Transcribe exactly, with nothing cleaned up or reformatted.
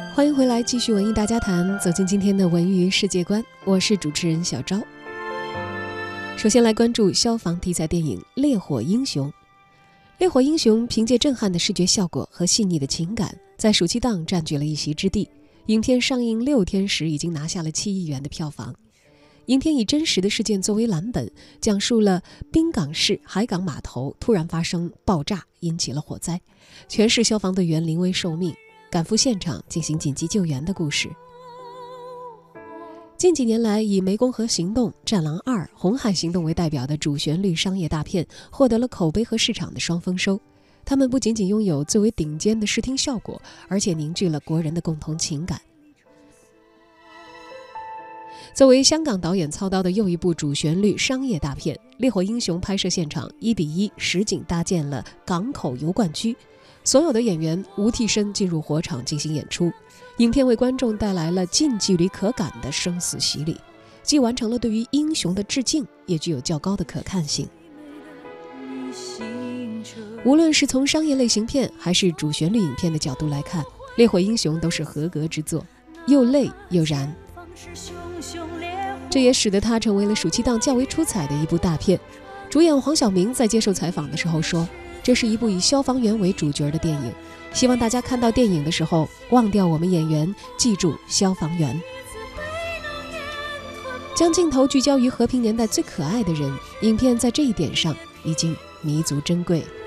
欢迎回来，继续文艺大家谈，走进今天的文娱世界观，我是主持人小昭。首先来关注消防题材电影《烈火英雄》。《烈火英雄》凭借震撼的视觉效果和细腻的情感，在暑期档占据了一席之地。影片上映六天时已经拿下了七亿元的票房。影片以真实的事件作为蓝本，讲述了滨港市海港码头突然发生爆炸，引起了火灾，全市消防队员临危受命，赶赴现场进行紧急救援的故事。近几年来，以《湄公河行动》《战狼二》《红海行动》为代表的主旋律商业大片获得了口碑和市场的双丰收。他们不仅仅拥有最为顶尖的视听效果，而且凝聚了国人的共同情感。作为香港导演操刀的又一部主旋律商业大片，《烈火英雄》拍摄现场一比一实景搭建了港口油罐区，所有的演员无替身进入火场进行演出。影片为观众带来了近距离可感的生死洗礼，既完成了对于英雄的致敬，也具有较高的可看性。无论是从商业类型片还是主旋律影片的角度来看，《烈火英雄》都是合格之作，又累又燃。这也使得它成为了暑期档较为出彩的一部大片。主演黄晓明在接受采访的时候说，这是一部以消防员为主角的电影，希望大家看到电影的时候忘掉我们演员，记住消防员。将镜头聚焦于和平年代最可爱的人，影片在这一点上已经弥足珍贵。